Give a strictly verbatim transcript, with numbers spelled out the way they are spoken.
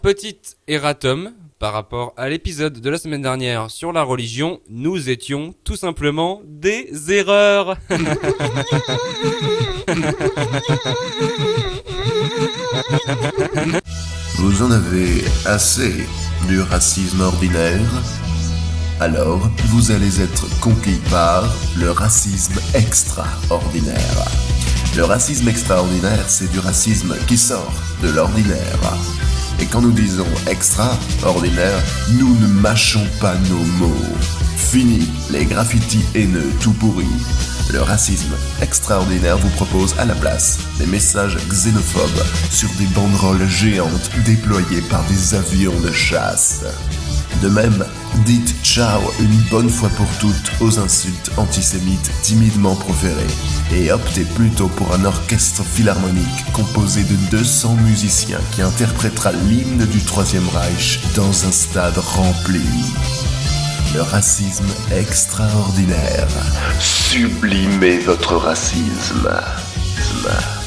Petite erratum, par rapport à l'épisode de la semaine dernière sur la religion, nous étions tout simplement des erreurs. Vous en avez assez du racisme ordinaire? Alors, vous allez être conquis par le racisme extraordinaire. Le racisme extraordinaire, c'est du racisme qui sort de l'ordinaire. Et quand nous disons extraordinaire, nous ne mâchons pas nos mots. Fini les graffitis haineux tout pourris. Le racisme extraordinaire vous propose à la place des messages xénophobes sur des banderoles géantes déployées par des avions de chasse. De même, dites ciao une bonne fois pour toutes aux insultes antisémites timidement proférées et optez plutôt pour un orchestre philharmonique composé de deux cents musiciens qui interprétera l'hymne du Troisième Reich dans un stade rempli. Le racisme extraordinaire. Sublimez votre racisme.